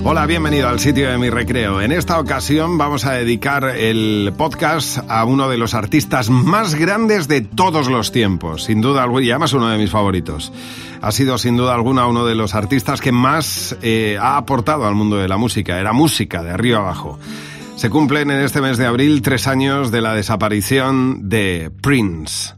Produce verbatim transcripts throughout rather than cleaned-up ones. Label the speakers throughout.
Speaker 1: Hola, bienvenido al sitio de mi recreo. En esta ocasión vamos a dedicar el podcast a uno de los artistas más grandes de todos los tiempos, sin duda alguna, y además uno de mis favoritos. Ha sido sin duda alguna uno de los artistas que más eh, ha aportado al mundo de la música. Era música de arriba abajo. Se cumplen en este mes de abril tres años de la desaparición de Prince.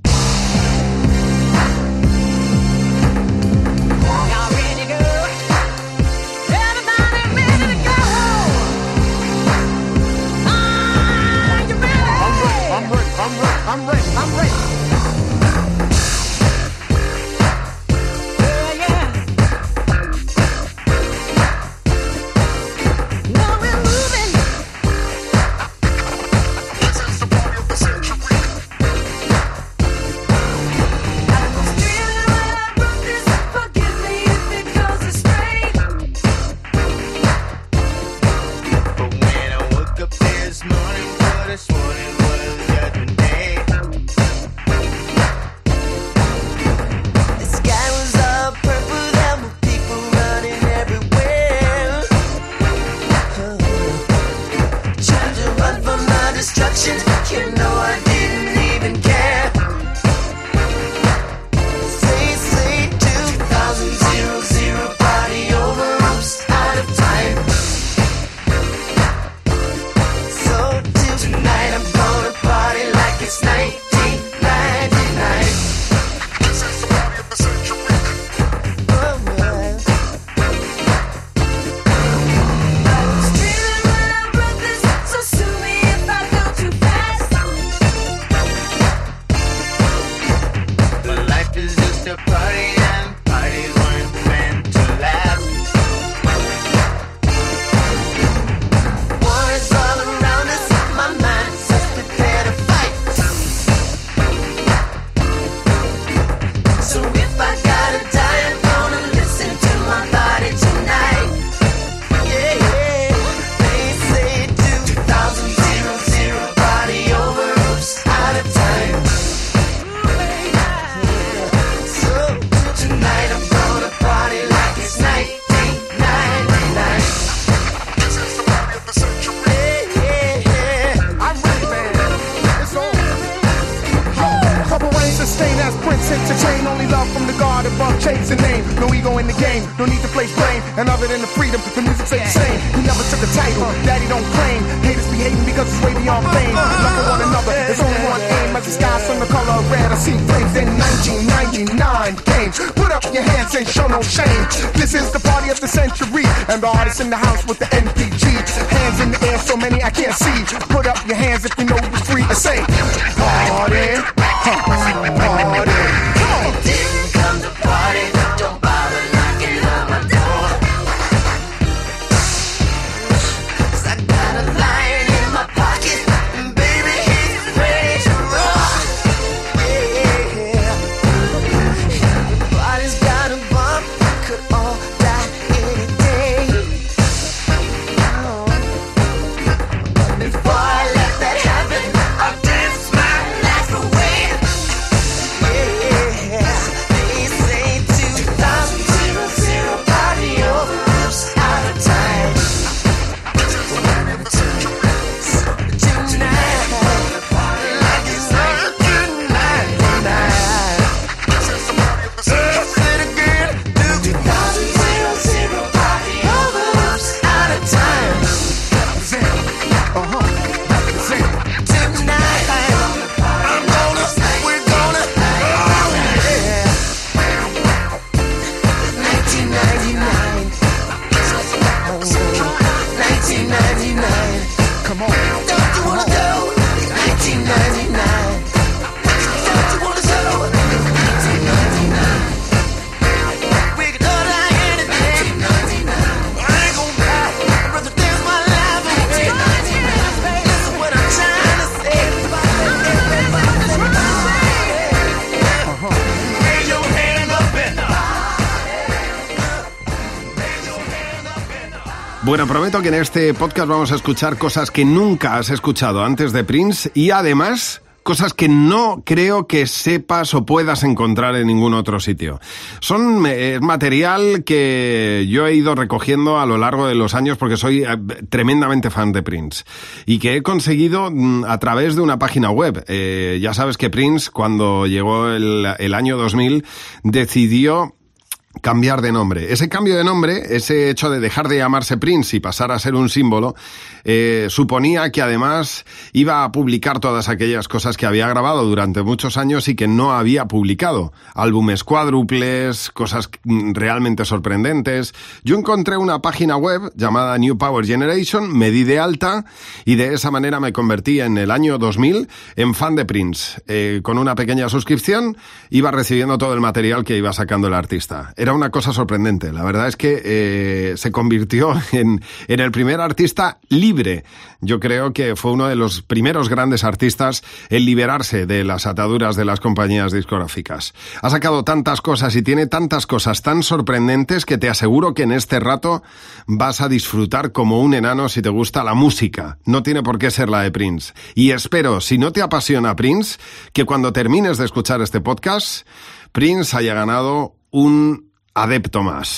Speaker 2: In the house with the N P G, hands in the air, so many I can't see. Put up your hands if you know you're free to say party, party. Come on, didn't come to party. Don't bother knocking on my door. 'Cause I got a lion in my pocket, and baby he's ready to roar. Yeah, body's got a bump, could all die any day. Before I let that happen, I'll dance my life away. Yeah, they say two thousand party over, oops, out of time. Tonight, like it's not tonight, tonight. Say it again, two thousand party over, oops, out of time. Uh-huh. Tonight, I'm gonna, we're gonna, oh yeah. nineteen ninety-nine, nineteen ninety-nine, come on. Don't you wanna go? nineteen ninety-nine, don't you wanna go? nineteen ninety-nine, we can all die anything. nineteen ninety-nine, I ain't gonna die, I'd rather dance my life away. This is what I'm trying to say. Uh-huh. Raise your hand up in the
Speaker 1: Bueno, prometo que en este podcast vamos a escuchar cosas que nunca has escuchado antes de Prince y además cosas que no creo que sepas o puedas encontrar en ningún otro sitio. Son eh, material que yo he ido recogiendo a lo largo de los años porque soy eh, tremendamente fan de Prince y que he conseguido mm, a través de una página web. Eh, ya sabes que Prince, cuando llegó el, el año dos mil, decidió cambiar de nombre. Ese cambio de nombre, ese hecho de dejar de llamarse Prince y pasar a ser un símbolo, eh, suponía que además iba a publicar todas aquellas cosas que había grabado durante muchos años y que no había publicado. Álbumes cuádruples, cosas realmente sorprendentes. Yo encontré una página web llamada New Power Generation, me di de alta y de esa manera me convertí en el año dos mil en fan de Prince. Eh, con una pequeña suscripción iba recibiendo todo el material que iba sacando el artista. Era una cosa sorprendente. La verdad es que eh, se convirtió en, en el primer artista libre. Yo creo que fue uno de los primeros grandes artistas en liberarse de las ataduras de las compañías discográficas. Ha sacado tantas cosas y tiene tantas cosas tan sorprendentes que te aseguro que en este rato vas a disfrutar como un enano si te gusta la música. No tiene por qué ser la de Prince. Y espero, si no te apasiona Prince, que cuando termines de escuchar este podcast, Prince haya ganado un adepto más.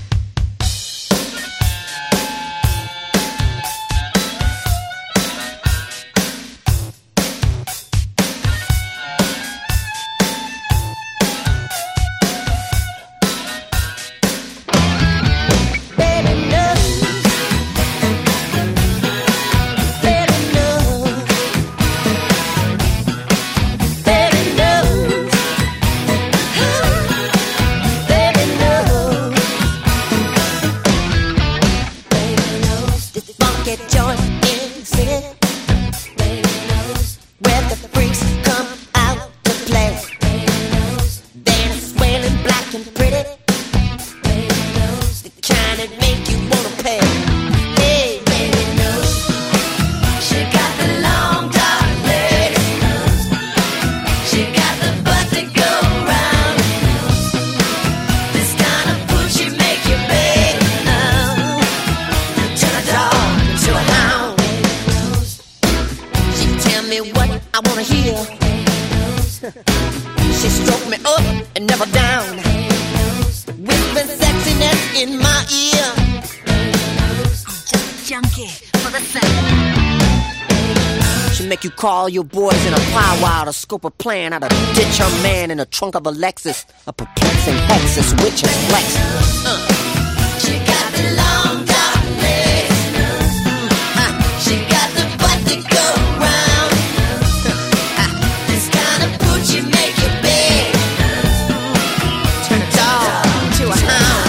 Speaker 3: Call your boys in a powwow to scope a plan how to ditch her man in the trunk of a Lexus. A perplexing Lexus, which is Lex. Uh. She got the long dark legs. Uh. She got the butt to go round. Uh. This kind of booty make you big. Turn a dog to a hound.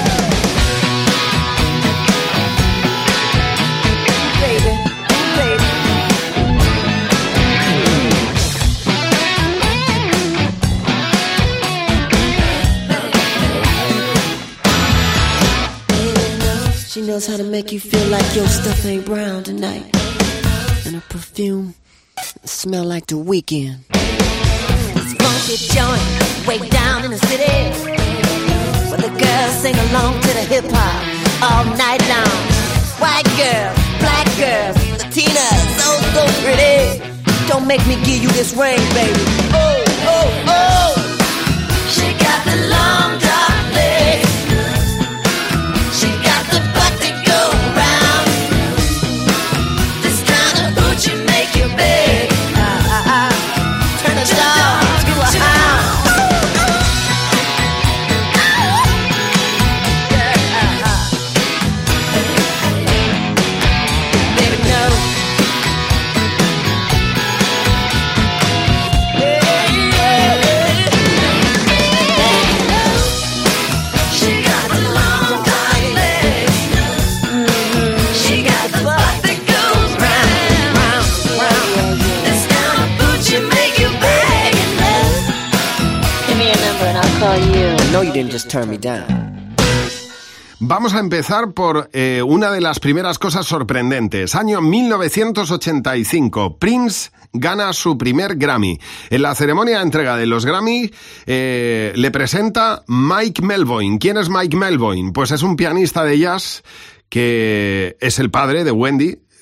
Speaker 3: Baby, baby. She knows how to make you feel like your stuff ain't brown tonight. And her perfume smell like the weekend. This funky joint way down in the city, where the girls sing along to the hip hop all night long. White girls, black girls, Latinas, so so pretty. Don't make me give you this ring, baby. Oh, oh, oh. She got the long dark legs. She got the butt to go round. This kind of booty make you big. Uh, uh, uh. Turn a dog to a hound. Baby, no. Yeah, yeah, yeah. She got the long dark legs. Mm-hmm. She got the butt that goes round, round, round. This kind of booty make you big. Give me your number and I'll call you. No, you didn't just turn me down.
Speaker 1: Vamos a empezar por eh, una de las primeras cosas sorprendentes. Año mil novecientos ochenta y cinco. Prince gana su primer Grammy. En la ceremonia de entrega de los Grammy eh, le presenta Mike Melvoin. ¿Quién es Mike Melvoin? Pues es un pianista de jazz que es el padre de Wendy.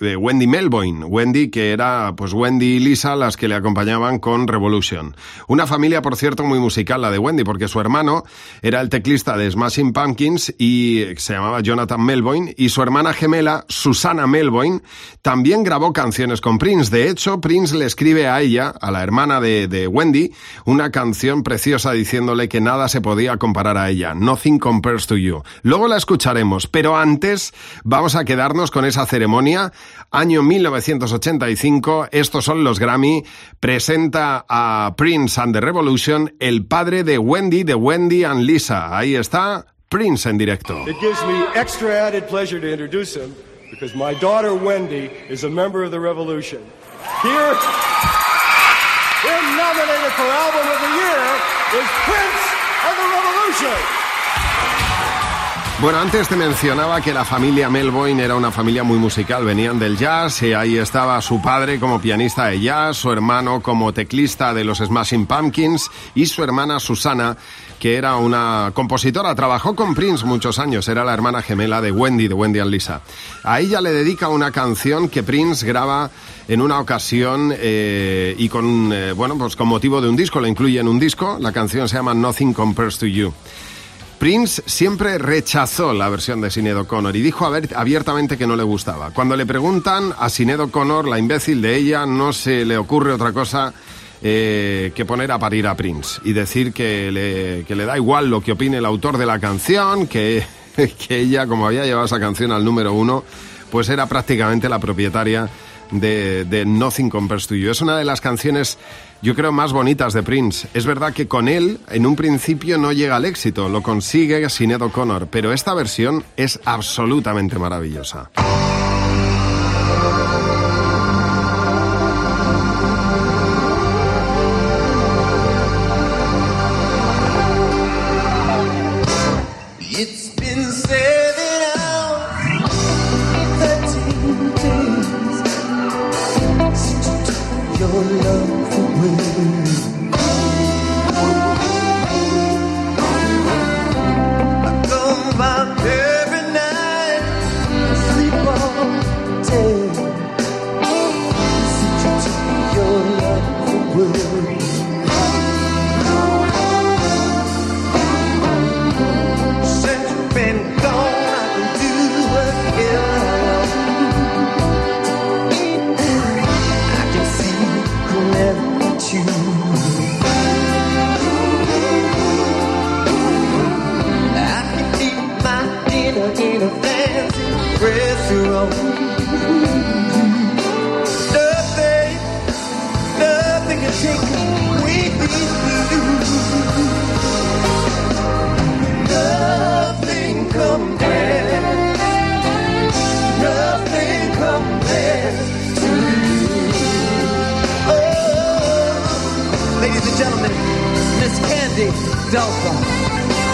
Speaker 1: eh, Wendy Melvoin. Wendy, que era pues Wendy y Lisa las que le acompañaban con Revolution. Una familia, por cierto, muy musical la de Wendy, porque su hermano era el teclista de Smashing Pumpkins y se llamaba Jonathan Melvoin, y su hermana gemela, Susana Melvoin, también grabó canciones con Prince. De hecho, Prince le escribe a ella, a la hermana de, de Wendy, una canción preciosa diciéndole que nada se podía comparar a ella. Nothing compares to you. Luego la escucharemos, pero antes vamos a quedarnos con esa ceremonia. Año mil novecientos ochenta y cinco, estos son los Grammy. Presenta a Prince and the Revolution, el padre de Wendy, de Wendy and Lisa. Ahí está Prince en directo.
Speaker 4: It gives me extra added pleasure to introduce him because my daughter Wendy is a member of the Revolution. Here, here nominated for Album of the Year is Prince and the Revolution.
Speaker 1: Bueno, antes te mencionaba que la familia Melvoin era una familia muy musical, venían del jazz y ahí estaba su padre como pianista de jazz, su hermano como teclista de los Smashing Pumpkins y su hermana Susana, que era una compositora, trabajó con Prince muchos años, era la hermana gemela de Wendy, de Wendy and Lisa. A ella le dedica una canción que Prince graba en una ocasión eh, y con, eh, bueno, pues con motivo de un disco, la incluye en un disco, la canción se llama Nothing Compares to You. Prince siempre rechazó la versión de Sinéad O'Connor y dijo abiertamente que no le gustaba. Cuando le preguntan a Sinéad O'Connor, la imbécil de ella, no se le ocurre otra cosa eh, que poner a parir a Prince y decir que le, que le da igual lo que opine el autor de la canción, que, que ella, como había llevado esa canción al número uno, pues era prácticamente la propietaria de, de Nothing Compares to You. Es una de las canciones, yo creo, más bonitas de Prince. Es verdad que con él, en un principio, no llega al éxito, lo consigue Sinéad O'Connor, pero esta versión es absolutamente maravillosa.
Speaker 2: It's been seven hours, thirteen days since you took your love away. I go out every night, sleep all day since you took your love away. Been gone, I can do whatever I can see whoever I choose. I can eat my dinner in a fancy restaurant. Nothing, nothing can take away these blues. Nothing compares, nothing compares to you. Oh, ladies and gentlemen, Miss Candy Delphi.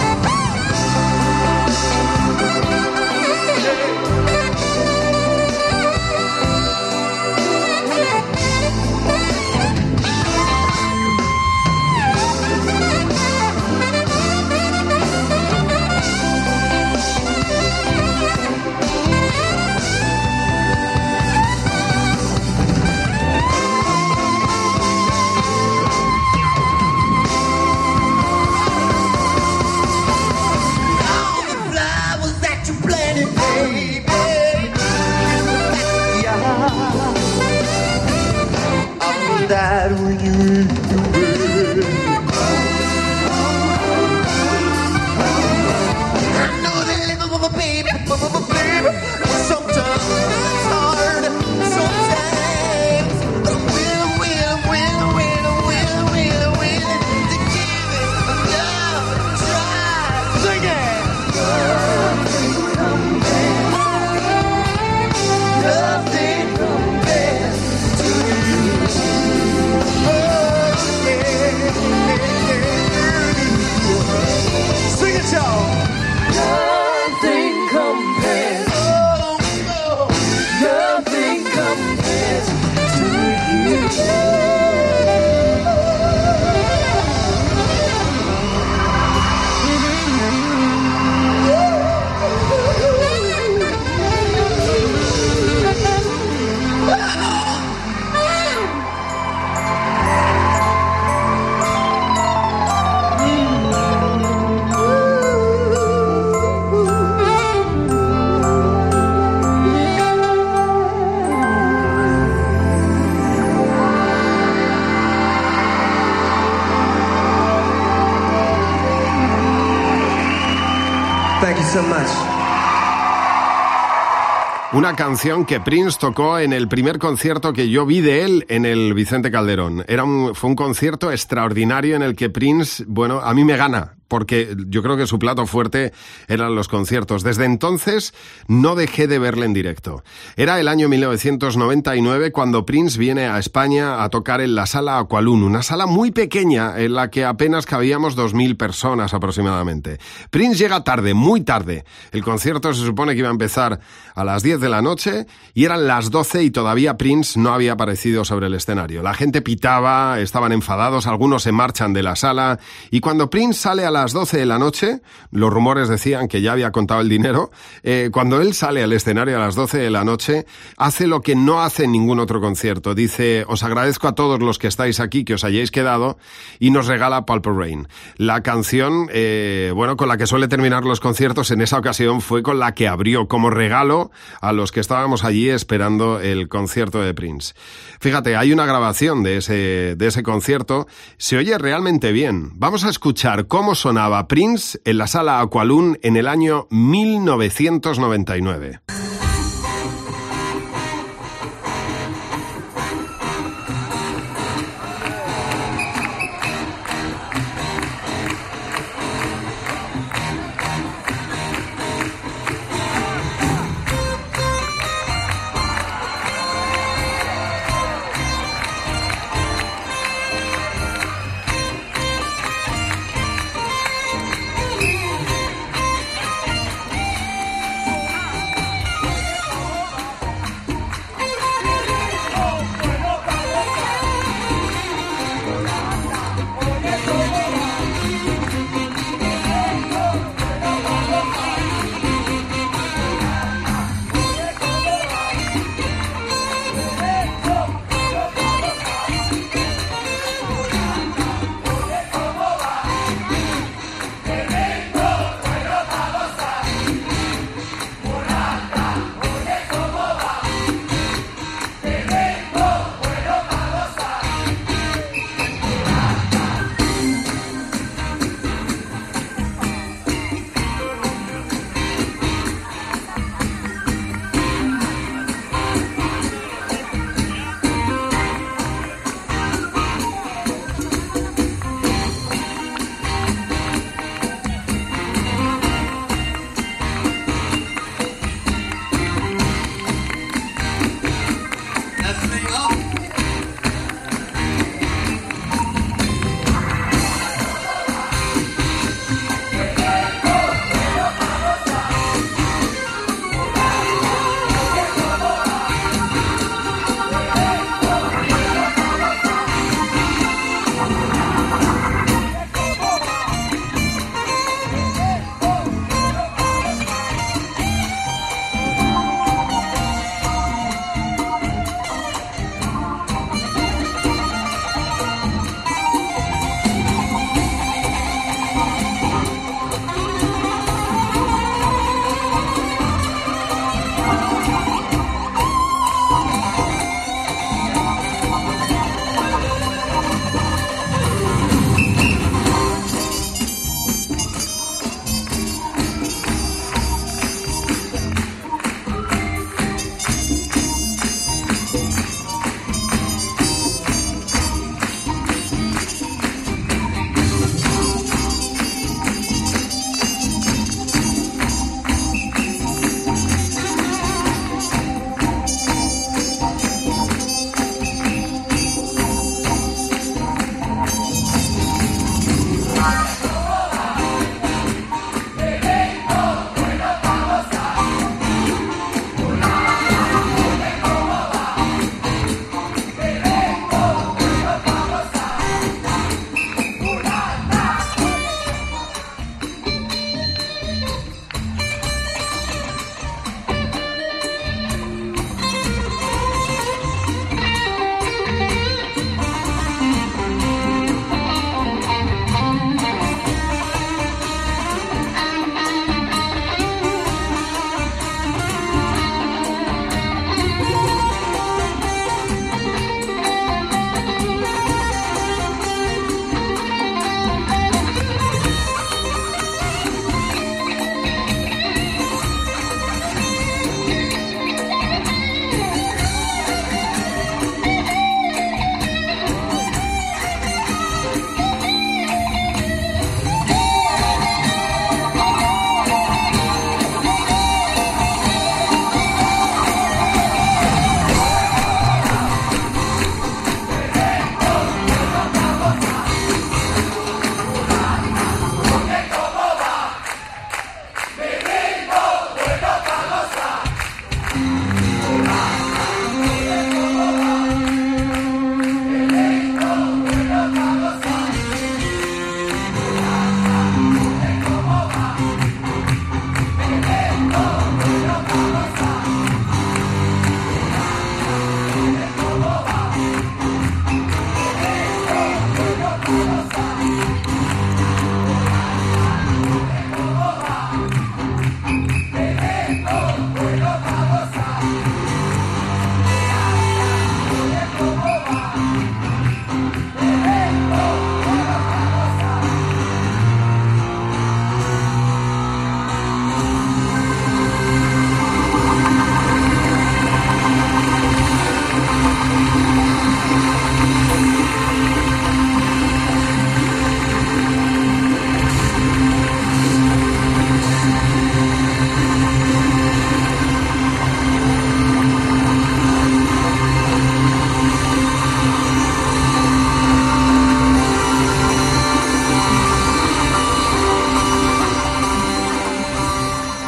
Speaker 2: That when you leave the way, I know they live with a baby, baby. Sometimes it's hard, sometimes I'm willing, willing, willing, willing, willing, willing, willing to give it another try. Sing it. Nothing compares to you. Sing it, y'all. Nothing compares. Oh, oh. Nothing compares to you.
Speaker 5: Thank you so much.
Speaker 1: Una canción que Prince tocó en el primer concierto que yo vi de él en el Vicente Calderón. Era un, fue un concierto extraordinario en el que Prince, bueno, a mí me gana, porque yo creo que su plato fuerte eran los conciertos. Desde entonces no dejé de verle en directo. Era el año mil novecientos noventa y nueve cuando Prince viene a España a tocar en la Sala Aqualung, una sala muy pequeña en la que apenas cabíamos dos mil personas aproximadamente. Prince llega tarde, muy tarde. El concierto se supone que iba a empezar a las diez de la noche y eran las doce y todavía Prince no había aparecido sobre el escenario. La gente pitaba, estaban enfadados, algunos se marchan de la sala y cuando Prince sale a las doce de la noche, los rumores decían que ya había contado el dinero, eh, cuando él sale al escenario a las doce de la noche, hace lo que no hace en ningún otro concierto. Dice, os agradezco a todos los que estáis aquí, que os hayáis quedado, y nos regala Purple Rain. La canción, eh, bueno, con la que suele terminar los conciertos, en esa ocasión fue con la que abrió como regalo a los que estábamos allí esperando el concierto de Prince. Fíjate, hay una grabación de ese, de ese concierto, se oye realmente bien. Vamos a escuchar cómo sonaba Prince en la Sala Aqualung en el año mil novecientos noventa y nueve.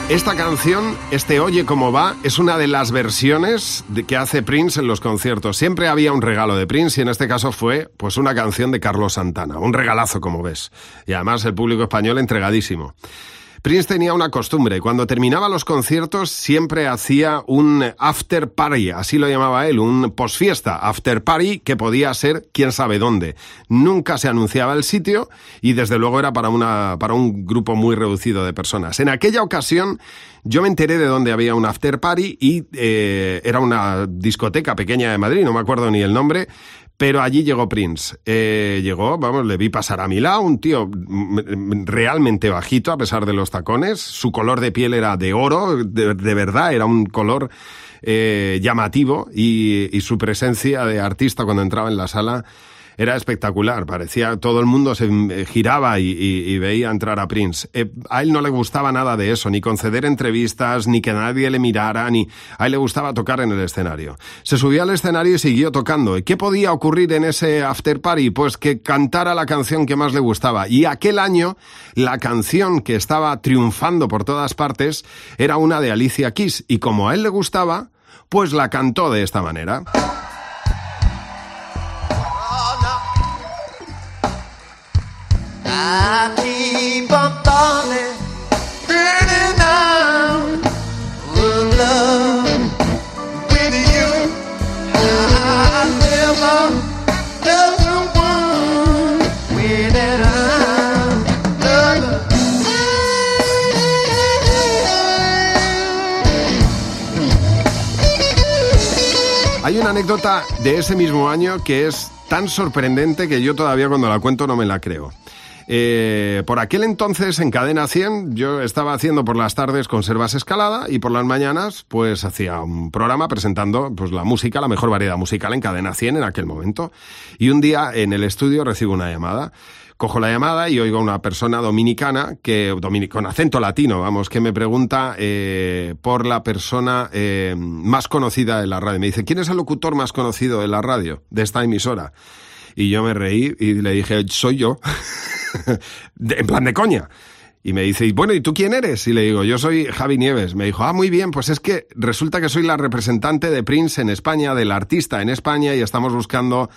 Speaker 1: Esta canción, este Oye Cómo Va, es una de las versiones de que hace Prince en los conciertos. Siempre había un regalo de Prince y en este caso fue pues una canción de Carlos Santana. Un regalazo, como ves. Y además el público español entregadísimo. Prince tenía una costumbre, cuando terminaba los conciertos siempre hacía un after party, así lo llamaba él, un posfiesta, after party, que podía ser quién sabe dónde. Nunca se anunciaba el sitio y desde luego era para, una, para un grupo muy reducido de personas. En aquella ocasión yo me enteré de dónde había un after party y eh, era una discoteca pequeña de Madrid, no me acuerdo ni el nombre. Pero allí llegó Prince. Eh, llegó, vamos, le vi pasar a mi lado, un tío realmente bajito a pesar de los tacones. Su color de piel era de oro, de, de verdad, era un color eh, llamativo y, y su presencia de artista cuando entraba en la sala era espectacular. Parecía todo el mundo se giraba y, y, y veía entrar a Prince. Eh, a él no le gustaba nada de eso, ni conceder entrevistas, ni que nadie le mirara, ni a él le gustaba tocar en el escenario. Se subió al escenario y siguió tocando. ¿Y qué podía ocurrir en ese after party? Pues que cantara la canción que más le gustaba. Y aquel año, la canción que estaba triunfando por todas partes era una de Alicia Keys. Y como a él le gustaba, pues la cantó de esta manera.
Speaker 2: I keep on falling, burning down with love with you. I never love someone without love.
Speaker 1: Hay una anécdota de ese mismo año que es tan sorprendente que yo todavía cuando la cuento no me la creo. Eh, por aquel entonces en Cadena cien yo estaba haciendo por las tardes Conservas Escalada y por las mañanas pues hacía un programa presentando pues la música, la mejor variedad musical en Cadena cien en aquel momento. Y un día en el estudio recibo una llamada. Cojo la llamada y oigo a una persona dominicana, que con acento latino, vamos, que me pregunta eh, por la persona eh, más conocida de la radio. Me dice, ¿quién es el locutor más conocido de la radio, de esta emisora? Y yo me reí y le dije, soy yo. de, en plan de coña. Y me dice, bueno, ¿y tú quién eres? Y le digo, yo soy Javi Nieves. Me dijo, ah, muy bien, pues es que resulta que soy la representante de Prince en España, del artista en España, y estamos buscando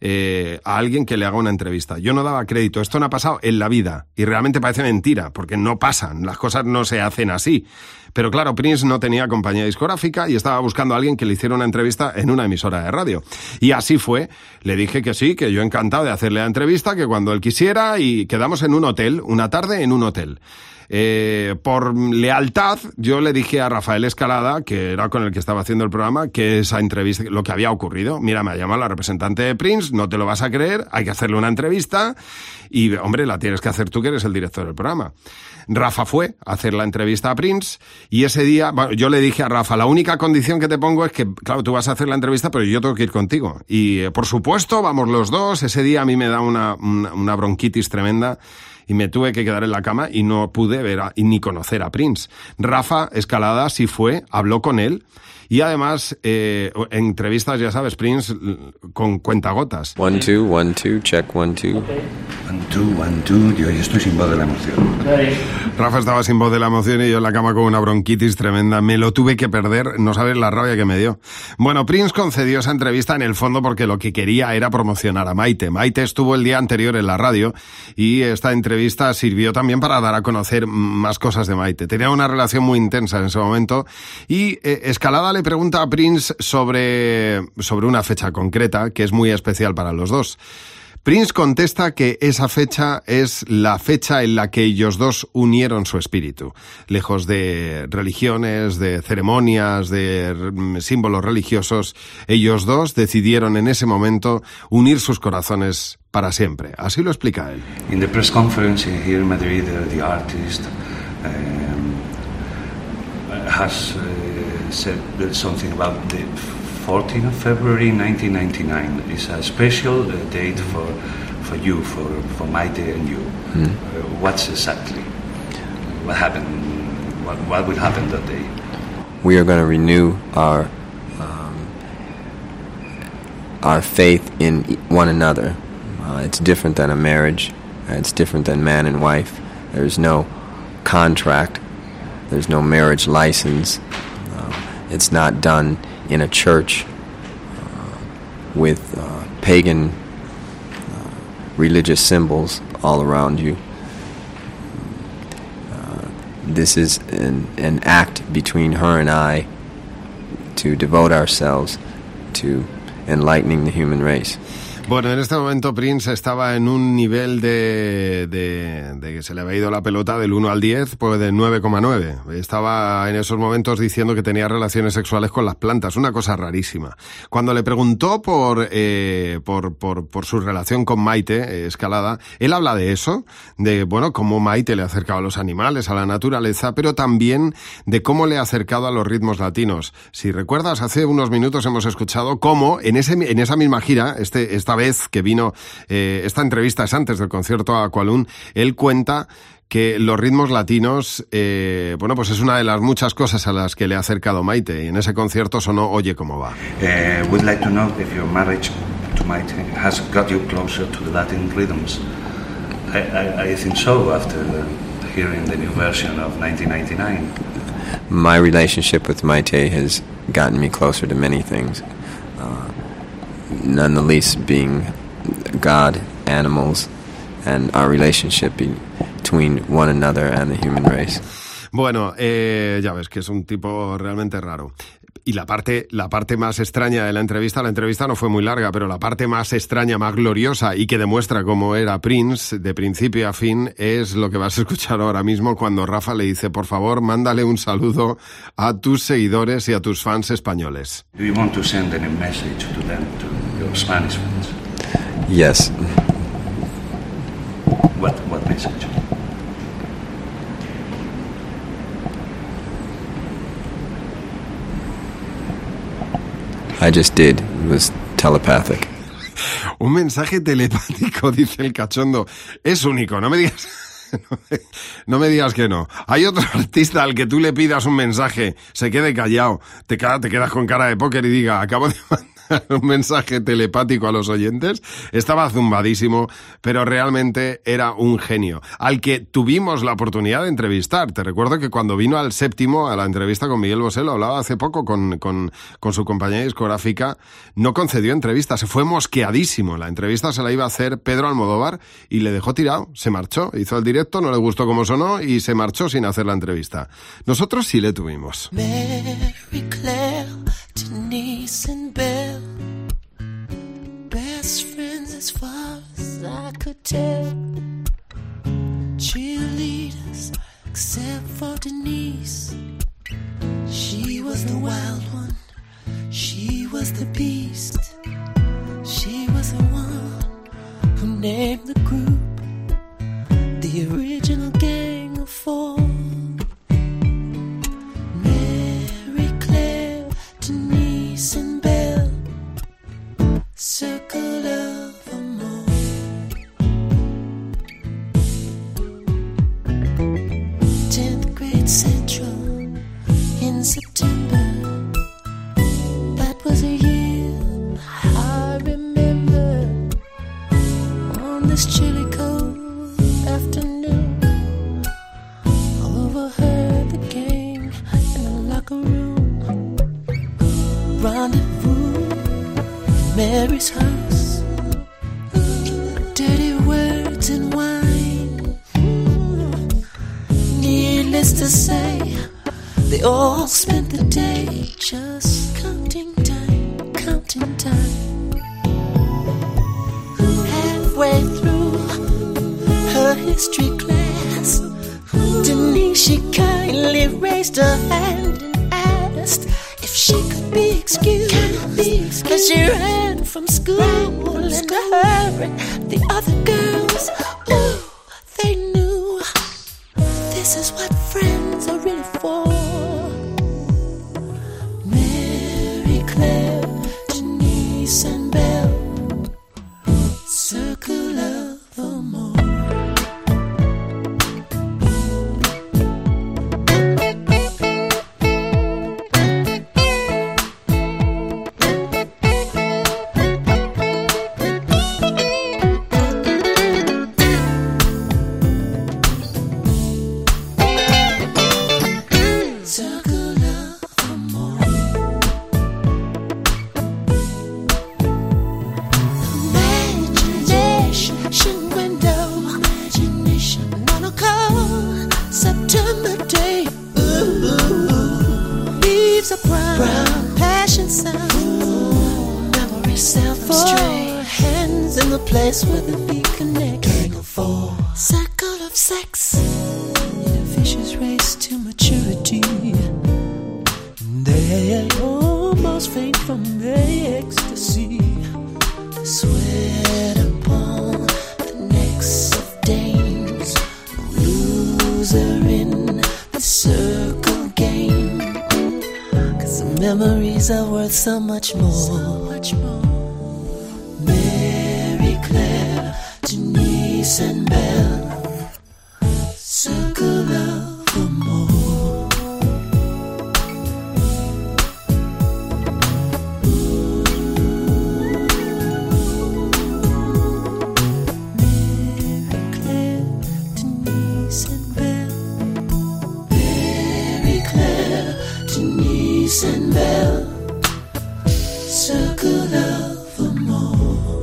Speaker 1: eh, a alguien que le haga una entrevista. Yo no daba crédito, esto no ha pasado en la vida, y realmente parece mentira, porque no pasan, las cosas no se hacen así. Pero claro, Prince no tenía compañía discográfica y estaba buscando a alguien que le hiciera una entrevista en una emisora de radio. Y así fue. Le dije que sí, que yo encantado de hacerle la entrevista, que cuando él quisiera, y quedamos en un hotel, una tarde en un hotel. Eh, por lealtad, yo le dije a Rafael Escalada, que era con el que estaba haciendo el programa, que esa entrevista, lo que había ocurrido. Mira, me ha llamado la representante de Prince, no te lo vas a creer, hay que hacerle una entrevista y, hombre, la tienes que hacer tú, que eres el director del programa. Rafa fue a hacer la entrevista a Prince y ese día, bueno, yo le dije a Rafa, la única condición que te pongo es que, claro, tú vas a hacer la entrevista, pero yo tengo que ir contigo. Y, eh, por supuesto, vamos los dos. Ese día a mí me da una, una, una bronquitis tremenda y me tuve que quedar en la cama y no pude ver a, y ni conocer a Prince. Rafa Escalada sí fue, habló con él y además eh, en entrevistas, ya sabes, Prince con cuentagotas.
Speaker 5: One, two, one, two, check, one, two.
Speaker 6: One, two, one, two, yo estoy sin voz de la emoción.
Speaker 1: Rafa estaba sin voz de la emoción y yo en la cama con una bronquitis tremenda. Me lo tuve que perder, no sabes la rabia que me dio. Bueno, Prince concedió esa entrevista en el fondo porque lo que quería era promocionar a Maite. Maite estuvo el día anterior en la radio y esta entrevista sirvió también para dar a conocer más cosas de Maite. Tenía una relación muy intensa en ese momento y eh, Escalada le pregunta a Prince sobre, sobre una fecha concreta que es muy especial para los dos. Prince contesta que esa fecha es la fecha en la que ellos dos unieron su espíritu. Lejos de religiones, de ceremonias, de símbolos religiosos, ellos dos decidieron en ese momento unir sus corazones para siempre. Así lo explica él.
Speaker 6: In the press conference here in Madrid, uh, the artist um, has uh, said something about the fourteenth of February nineteen ninety-nine is a special uh, date for for you, for for Maite and you. Mm. Uh, what's exactly what happened? What what will happen that day?
Speaker 5: We are going to renew our um, our faith in one another. Uh, it's different than a marriage. It's different than man and wife. There's no contract. There's no marriage license. Uh, it's not done in a church uh, with uh, pagan uh, religious symbols all around you. Uh, this is an, an act between her and I to devote ourselves to enlightening the human race.
Speaker 1: Bueno, en este momento Prince estaba en un nivel de, de, de que se le había ido la pelota del uno al diez, pues de nueve coma nueve. Estaba en esos momentos diciendo que tenía relaciones sexuales con las plantas, una cosa rarísima. Cuando le preguntó por, eh, por, por, por su relación con Maite eh, Escalada, él habla de eso, de, bueno, cómo Maite le ha acercado a los animales, a la naturaleza, pero también de cómo le ha acercado a los ritmos latinos. Si recuerdas, hace unos minutos hemos escuchado cómo en, ese, en esa misma gira, este, esta vez que vino, eh, esta entrevista es antes del concierto a Aqualung, él cuenta que los ritmos latinos, eh, bueno, pues es una de las muchas cosas a las que le ha acercado Maite, y en ese concierto sonó Oye Cómo Va.
Speaker 6: Uh, we'd like to know if your marriage to Maite has got you closer to the Latin rhythms. I, I, I think so, after hearing the new version of nineteen ninety-nine.
Speaker 5: My relationship with Maite has gotten me closer to many things. Uh, none the least being God, animals, and our relationship be- between one another and the human race.
Speaker 1: Bueno, eh, ya ves que es un tipo realmente raro. Y la parte, la parte más extraña de la entrevista, la entrevista no fue muy larga, pero la parte más extraña, más gloriosa y que demuestra cómo era Prince de principio a fin es lo que vas a escuchar ahora mismo cuando Rafa le dice, por favor, mándale un saludo a tus seguidores y a tus fans españoles.
Speaker 6: Do you want to send any message to them, to your Spanish fans?
Speaker 5: Yes.
Speaker 6: What, what message?
Speaker 5: I just did. It was telepathic.
Speaker 1: Un mensaje telepático, dice el cachondo. Es único, no me digas... No me, no me digas que no. Hay otro artista al que tú le pidas un mensaje, se quede callado, te, te quedas con cara de póker y diga, acabo de mandar un mensaje telepático a los oyentes. Estaba zumbadísimo, pero realmente era un genio, al que tuvimos la oportunidad de entrevistar. Te recuerdo que cuando vino al Séptimo, a la entrevista con Miguel Bosé, lo hablaba hace poco con, con, con su compañía discográfica, no concedió entrevista, se fue mosqueadísimo. La entrevista se la iba a hacer Pedro Almodóvar y le dejó tirado, se marchó, hizo el directo, no le gustó cómo sonó y se marchó sin hacer la entrevista. Nosotros sí le tuvimos.
Speaker 3: Mary Claire, Denise and Belle, best friends as far as I could tell. Cheerleaders, except for Denise. She was the wild one, she was the beast. She was the one who named the group the original Gang of Four. Mary Claire, Denise and Belle, circle of amour. Tenth grade Central in September. That was a year I remember. On this chilly cold afternoon, overheard the gang in the locker room. Rendezvous, Mary's house. Dirty words and wine. Needless to say, they all spent the day just counting time, counting time. Halfway through her history class, Denise, she kindly raised her hand and asked if she could be excused, as she ran from school in a hurry. The other girls, ooh, they knew this is what friends are really for. Mary Claire, Denise and Belle, circle of amour. place where the feet connect. Triangle four, circle of sex in a vicious race to maturity. They almost faint from the ecstasy. Sweat upon the necks of dames, loser in the circle game. 'Cause the memories are worth so much more. So much more. Mary Claire, Denise and Belle, circle of amor. And Bell, circle of amor.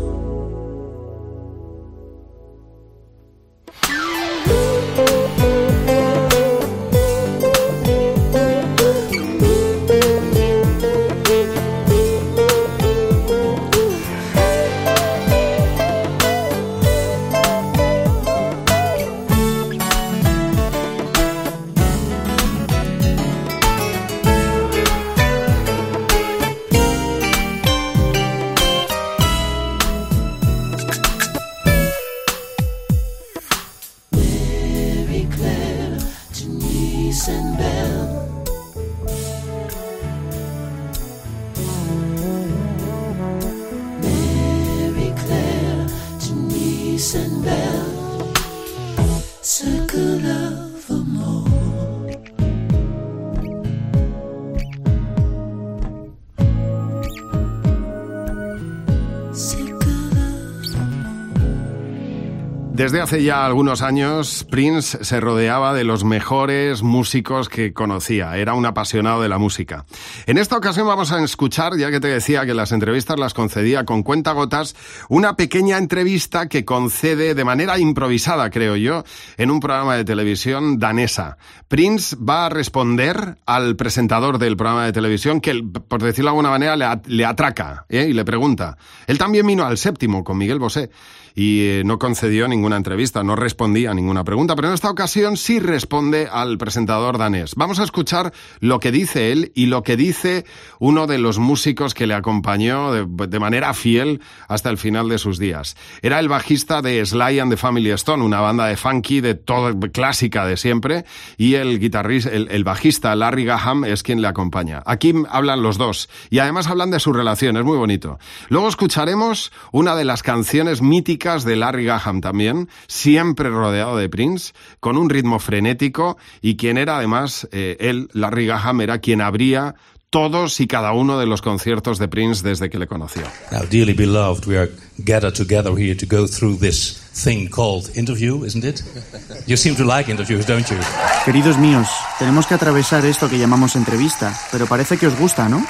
Speaker 1: Desde hace ya algunos años, Prince se rodeaba de los mejores músicos que conocía. Era un apasionado de la música. En esta ocasión vamos a escuchar, ya que te decía que las entrevistas las concedía con cuentagotas, una pequeña entrevista que concede de manera improvisada, creo yo, en un programa de televisión danesa. Prince va a responder al presentador del programa de televisión que, por decirlo de alguna manera, le, le atraca, ¿eh? Y le pregunta. Él también vino al Séptimo con Miguel Bosé y eh, no concedió ninguna entrevista, no respondía a ninguna pregunta, pero en esta ocasión sí responde al presentador danés. Vamos a escuchar lo que dice él y lo que dice uno de los músicos que le acompañó de, de manera fiel hasta el final de sus días. Era el bajista de Sly and the Family Stone, una banda de funky de todo, clásica de siempre, y el guitarrista, el, el bajista Larry Graham es quien le acompaña. Aquí hablan los dos y además hablan de su relación, es muy bonito. Luego escucharemos una de las canciones míticas de Larry Graham también, siempre rodeado de Prince, con un ritmo frenético, y quien era además, eh, él, Larry Graham, era quien abría todos y cada uno de los conciertos de Prince desde que le conoció.
Speaker 7: Now, dearly beloved, we are gathered together here to go through this thing called interview, isn't it? You seem to like interviews, don't you?
Speaker 8: Queridos míos, tenemos que atravesar esto que llamamos entrevista, pero parece que os gusta, ¿no?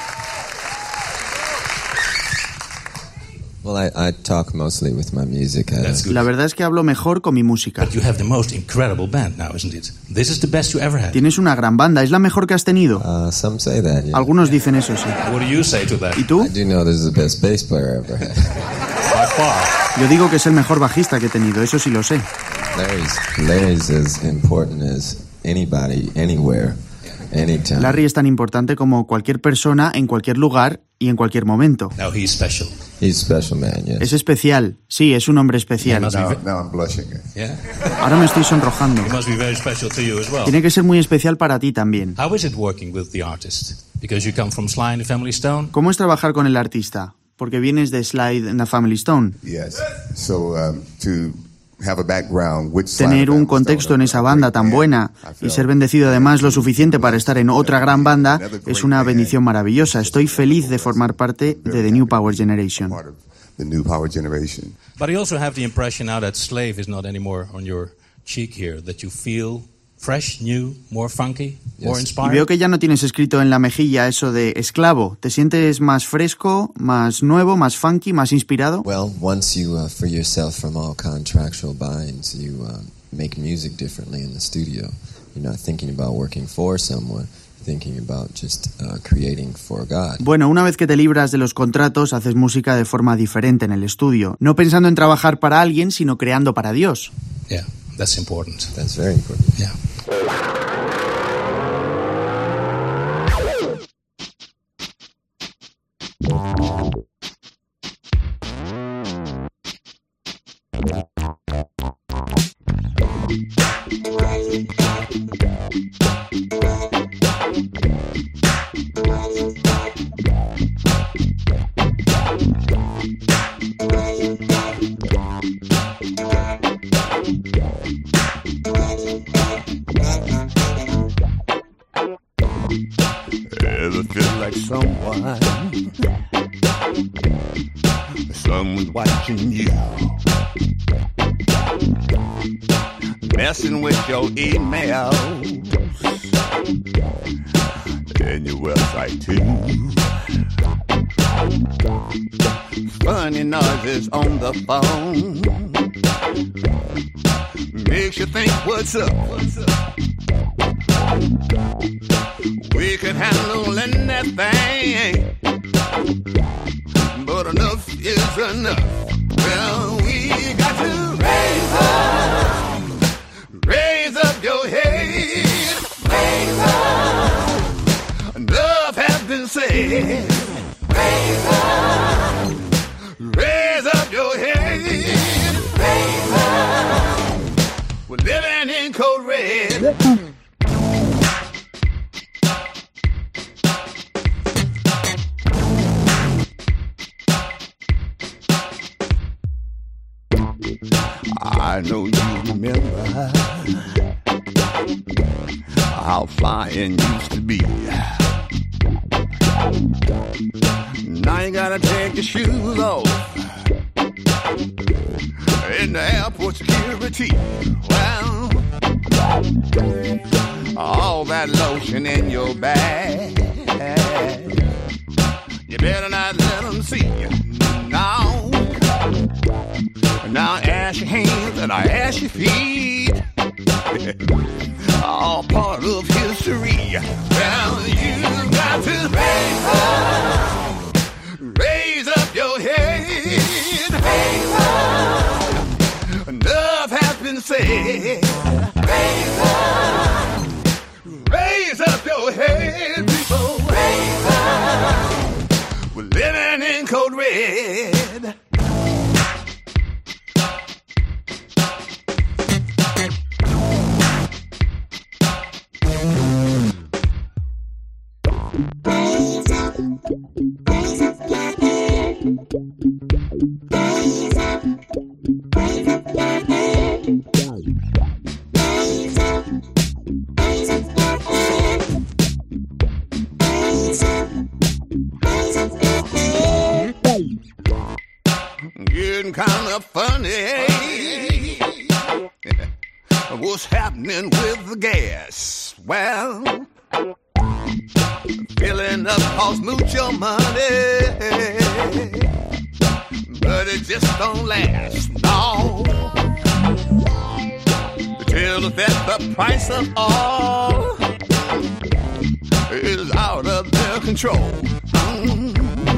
Speaker 5: Well, I, I talk mostly with my music. I
Speaker 7: That's good.
Speaker 8: La verdad es que hablo mejor con mi música.
Speaker 7: But you have the most incredible band now, isn't it? This is the best you ever had.
Speaker 8: Tienes una gran banda, ¿es la mejor que has tenido?
Speaker 5: Uh, some say that, yeah.
Speaker 8: Algunos dicen eso, sí.
Speaker 7: What do you say to that?
Speaker 8: ¿Y tú?
Speaker 5: I do know this is the best bass player I ever had.
Speaker 7: By far.
Speaker 8: Yo digo que es el mejor bajista que he tenido, eso sí lo sé.
Speaker 5: Larry's, Larry's as important as anybody, anywhere, anytime.
Speaker 8: Larry es tan importante como cualquier persona en cualquier lugar y en cualquier momento.
Speaker 7: Now he's special.
Speaker 5: He's a special man, yes.
Speaker 8: Es especial, sí, es un hombre
Speaker 7: He
Speaker 8: especial.
Speaker 7: must be
Speaker 9: Now,
Speaker 7: ve-
Speaker 9: now I'm blushing.
Speaker 7: yeah?
Speaker 8: Ahora me estoy sonrojando.
Speaker 7: He must be very special to you as well.
Speaker 8: Tiene que ser muy especial para ti también.
Speaker 7: How is it working with the artist? Because you come from Sly and the Family Stone.
Speaker 8: ¿Cómo es trabajar con el artista? Porque vienes de Slide and the Family Stone.
Speaker 9: Yes. So um, to have a background, which side
Speaker 8: Tener
Speaker 9: of
Speaker 8: un
Speaker 9: that was
Speaker 8: contexto en
Speaker 9: a
Speaker 8: esa
Speaker 9: great
Speaker 8: banda tan
Speaker 9: band,
Speaker 8: buena
Speaker 9: I
Speaker 8: y
Speaker 9: felt
Speaker 8: ser bendecido además lo suficiente para estar en otra gran banda es una bendición maravillosa. Estoy feliz de formar parte de The New Power Generation.
Speaker 9: part of the new power generation.
Speaker 7: But I also have the impression now that Slave is not anymore on your cheek here, that you feel fresh, new, more funky, more
Speaker 5: Yes.
Speaker 8: Y
Speaker 7: inspired.
Speaker 8: veo que ya no tienes escrito en la mejilla eso de esclavo. ¿Te sientes más fresco, más nuevo, más funky, más inspirado?
Speaker 5: Well, once you uh, free yourself from all contractual binds, you uh, make music differently in the studio. You're not thinking about working for someone. You're thinking about just uh, creating for God.
Speaker 8: Bueno, una vez que te libras de los contratos, haces música de forma diferente en el estudio, no pensando en trabajar para alguien, sino creando para Dios.
Speaker 7: Yeah, that's important.
Speaker 5: That's very important.
Speaker 7: Yeah.
Speaker 10: Ever feel like someone, someone's watching you, messing with your emails and your website too. Funny noises on the phone makes you think, what's up? What's up? We could handle anything, but enough is enough. Well, we got to raise up, raise up your head. Raise up. Enough has been said. Raise up, raise up your head. Raise up. We're living in code red. I know you remember how flying used to be. Now you gotta take your shoes off in the airport security. Well, all that lotion in your bag, you better not let them see you. Now, now ash your hands and I ash your feet. All part of history. Well, you got to raise up, raise up your head. Raise up. Enough has been said. Raise up, raise up your head, people. Raise up. We're living in code red.
Speaker 2: Raise up, raise up your head. Raise up, raise up your head. Raise up, raise up your head. Raise up, raise up your head.
Speaker 10: Getting kind of funny. What's happening with the gas? Well, filling up costs mucho money, but it just don't last. No, they tell us that the price of oil is out of their control. Mm.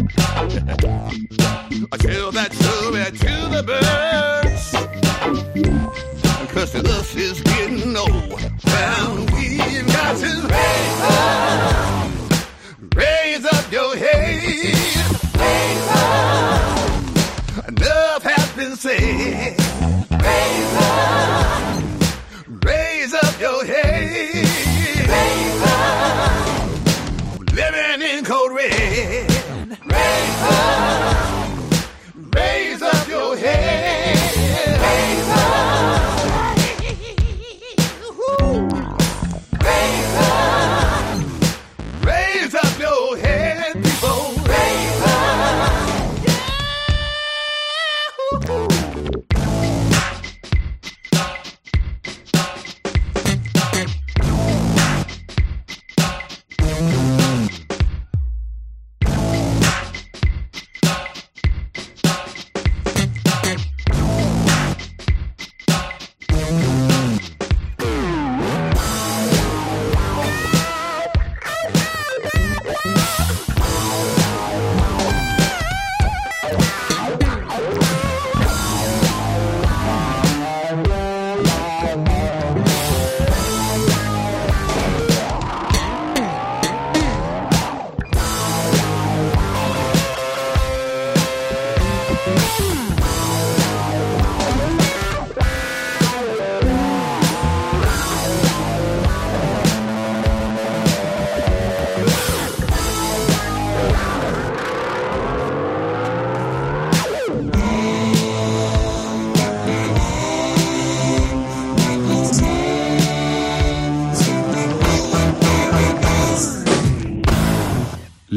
Speaker 10: I tell that story to the birds, cause to us is getting old. Well, we've got to raise up, raise up your head. Raise up. Enough has been said. Raise up, raise up your head. Raise up. Living in code red. Raise up, raise up your head. Raise up. Raise up, raise up your head, people. Raise up, yeah.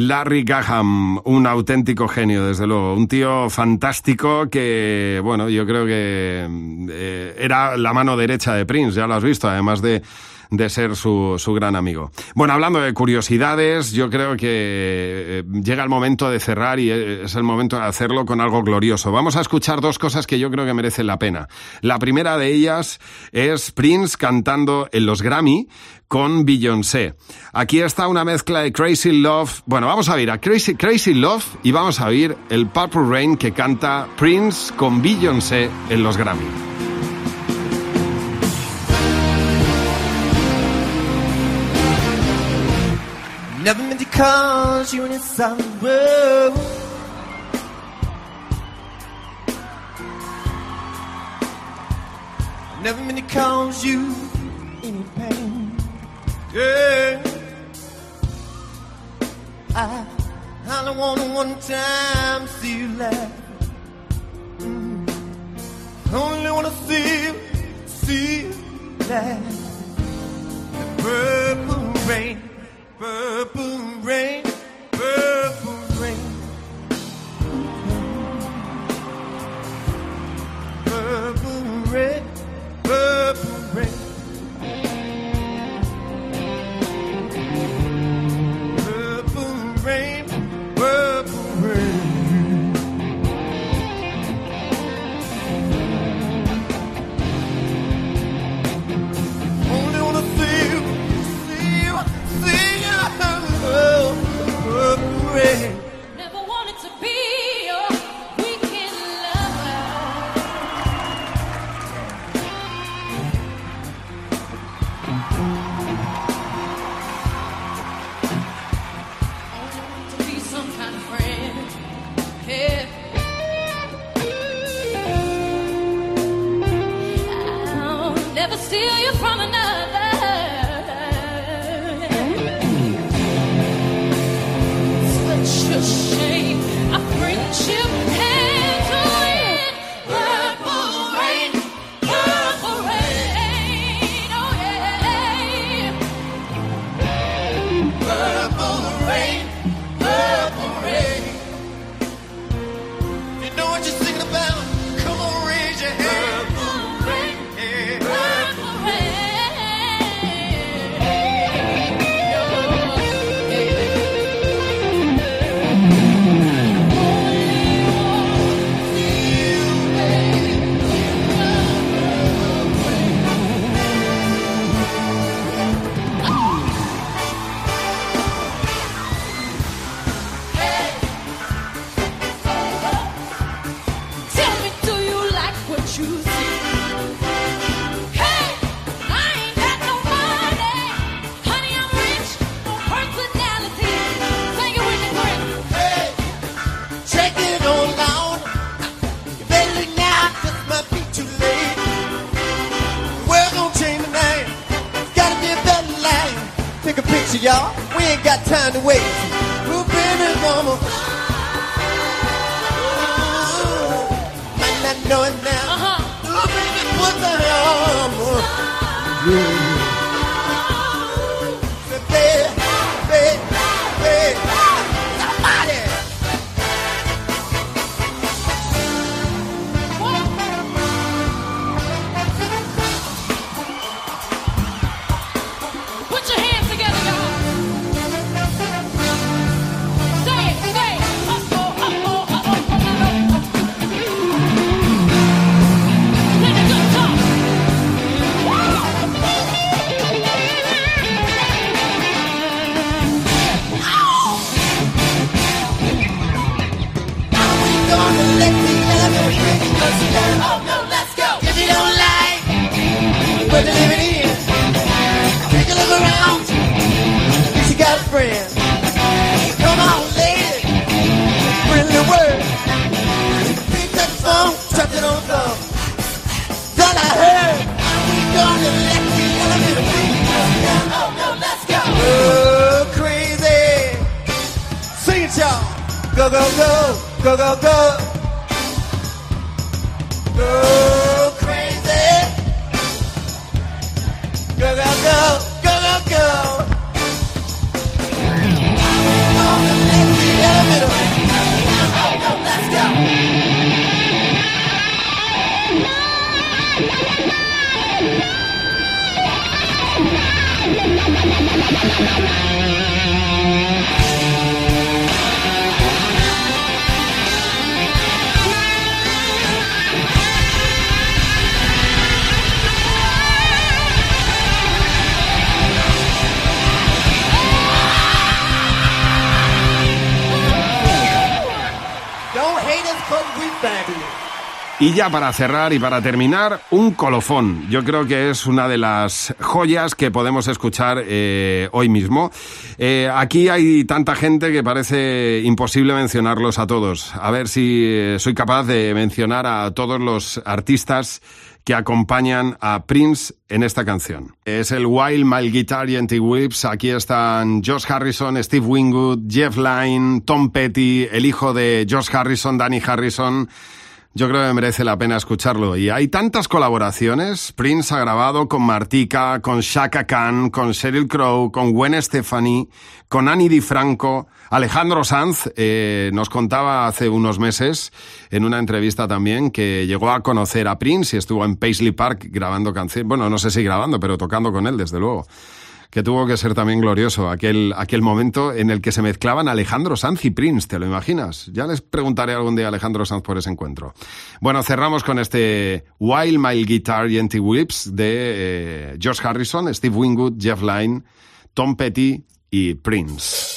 Speaker 1: Larry Graham, un auténtico genio, desde luego, un tío fantástico que, bueno, yo creo que eh, era la mano derecha de Prince, ya lo has visto, además de de ser su, su gran amigo. Bueno, hablando de curiosidades, yo creo que llega el momento de cerrar y es el momento de hacerlo con algo glorioso. Vamos a escuchar dos cosas que yo creo que merecen la pena. La primera de ellas es Prince cantando en los Grammy con Beyoncé. Aquí está una mezcla de Crazy Love. Bueno, vamos a oír a Crazy, Crazy Love y vamos a oír el Purple Rain que canta Prince con Beyoncé en los Grammy.
Speaker 2: Never meant to cause you any sorrow. Never meant to cause you any pain. Yeah. I, I don't want to one time see you laugh. Mm. I only want to see you, see you laugh. The purple rain. Purple rain, purple rain, purple rain, purple rain, purple rain, purple rain. Only wanna see you, see you, see you. Oh, purple rain.
Speaker 11: Never wanted to be your weekend lover. Only want to be some kind of friend. Yeah. I'll never steal you from another. A shame, a friendship hand to win. Purple rain, purple rain, oh yeah. Purple rain, purple rain.
Speaker 2: You know what you're singing about? Come on, raise your hand.
Speaker 11: Purple rain,
Speaker 2: yeah.
Speaker 11: purple rain.
Speaker 2: Y'all, we ain't got time to wait. We'll be in mama. Might not know it now. Uh-huh. We'll be in put the armor. Baby, baby, baby, somebody.
Speaker 11: Put your hands together, y'all. Say it, say it. Uh-oh, uh-oh, uh-oh, uh-oh. Let the good talk.
Speaker 2: Gonna let the other bring us down. Oh no, let's go. If you don't like what you're living in, take a look around. If you got a friend, come on, lady, bring the word. Pick that phone, touch it on the phone. Thought I heard. We gonna let the other bring us down. Oh no, let's go. Oh, crazy. Sing it, y'all. Go, go, go. Go, go, go. Go crazy. Go, go, go. Go, go, go. Don't hate us 'cause we fabulous.
Speaker 1: Y ya para cerrar y para terminar, un colofón. Yo creo que es una de las joyas que podemos escuchar eh, hoy mismo. Eh, aquí hay tanta gente que parece imposible mencionarlos a todos. A ver si eh, soy capaz de mencionar a todos los artistas que acompañan a Prince en esta canción. Es el Wild Mile Guitar y Empty Whips. Aquí están Josh Harrison, Steve Winwood, Jeff Lynne, Tom Petty, el hijo de Josh Harrison, Danny Harrison. Yo creo que merece la pena escucharlo. Y hay tantas colaboraciones. Prince ha grabado con Martika, con Chaka Khan, con Sheryl Crow, con Gwen Stefani, con Ani DiFranco. Alejandro Sanz eh, nos contaba hace unos meses, en una entrevista también, que llegó a conocer a Prince y estuvo en Paisley Park grabando canciones. Bueno, no sé si grabando, pero tocando con él, desde luego. Que tuvo que ser también glorioso aquel, aquel momento en el que se mezclaban Alejandro Sanz y Prince, ¿te lo imaginas? Ya les preguntaré algún día a Alejandro Sanz por ese encuentro. Bueno, cerramos con este Wild Mile Guitar y Empty Whips de eh, Josh Harrison, Steve Winwood, Jeff Lynne, Tom Petty y Prince.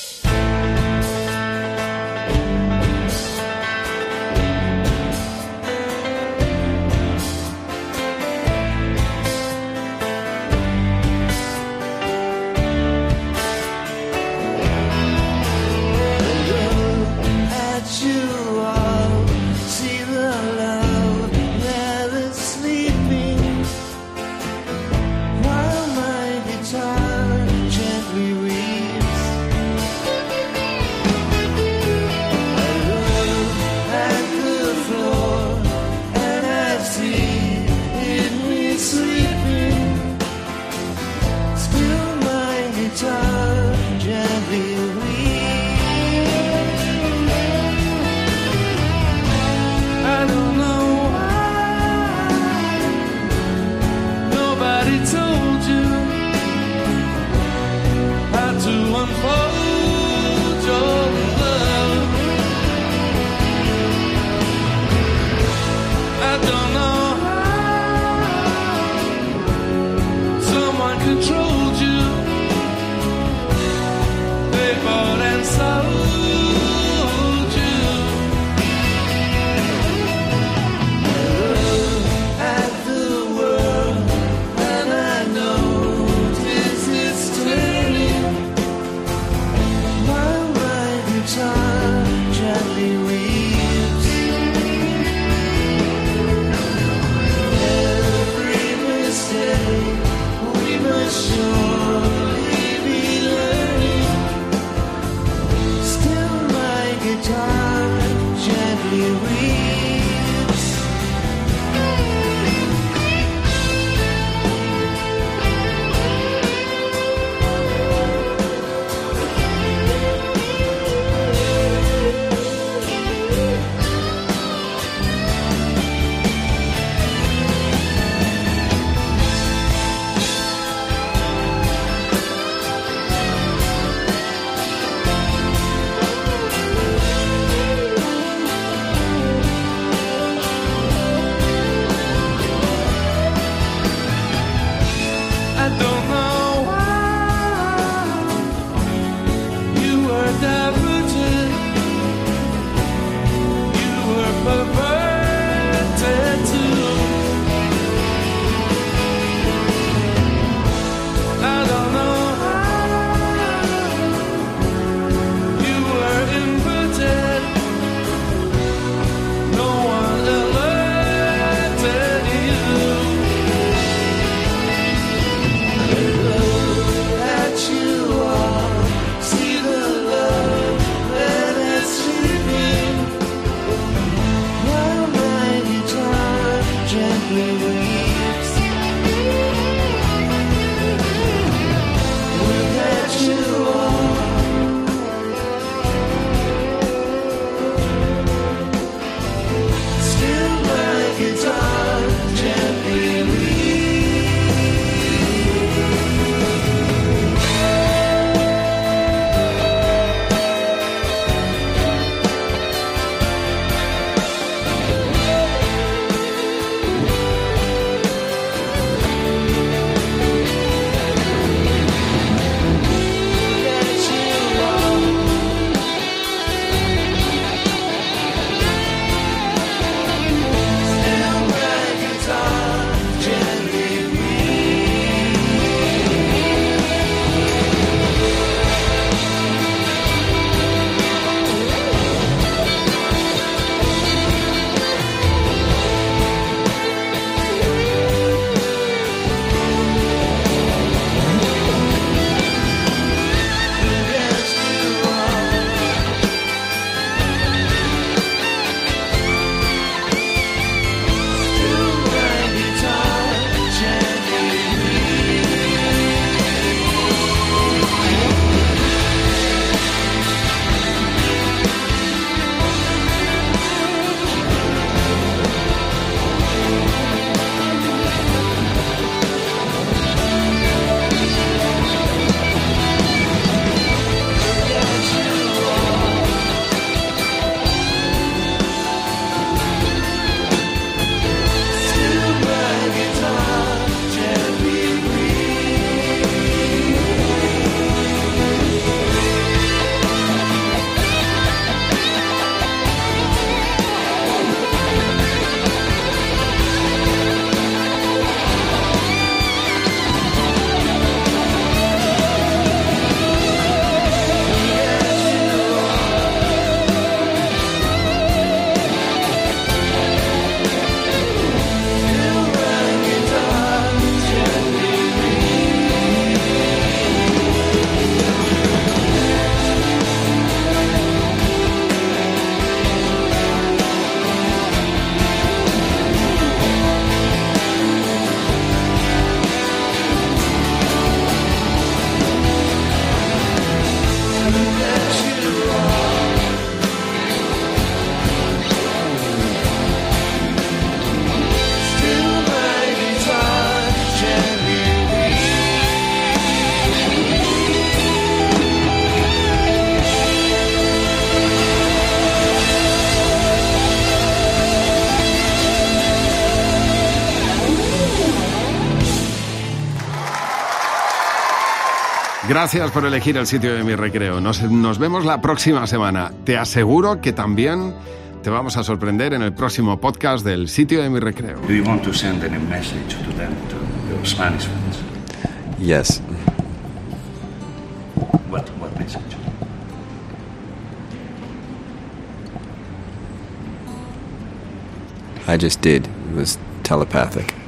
Speaker 12: Controlled you. They
Speaker 1: Gracias por elegir el sitio de mi recreo. Nos, nos vemos la próxima semana. Te aseguro que también te vamos a sorprender en el próximo podcast del sitio de mi recreo.
Speaker 6: Do you want to send any message to them, to your Spanish friends?
Speaker 5: Yes.
Speaker 6: What, what message?
Speaker 5: I just did. It was telepathic.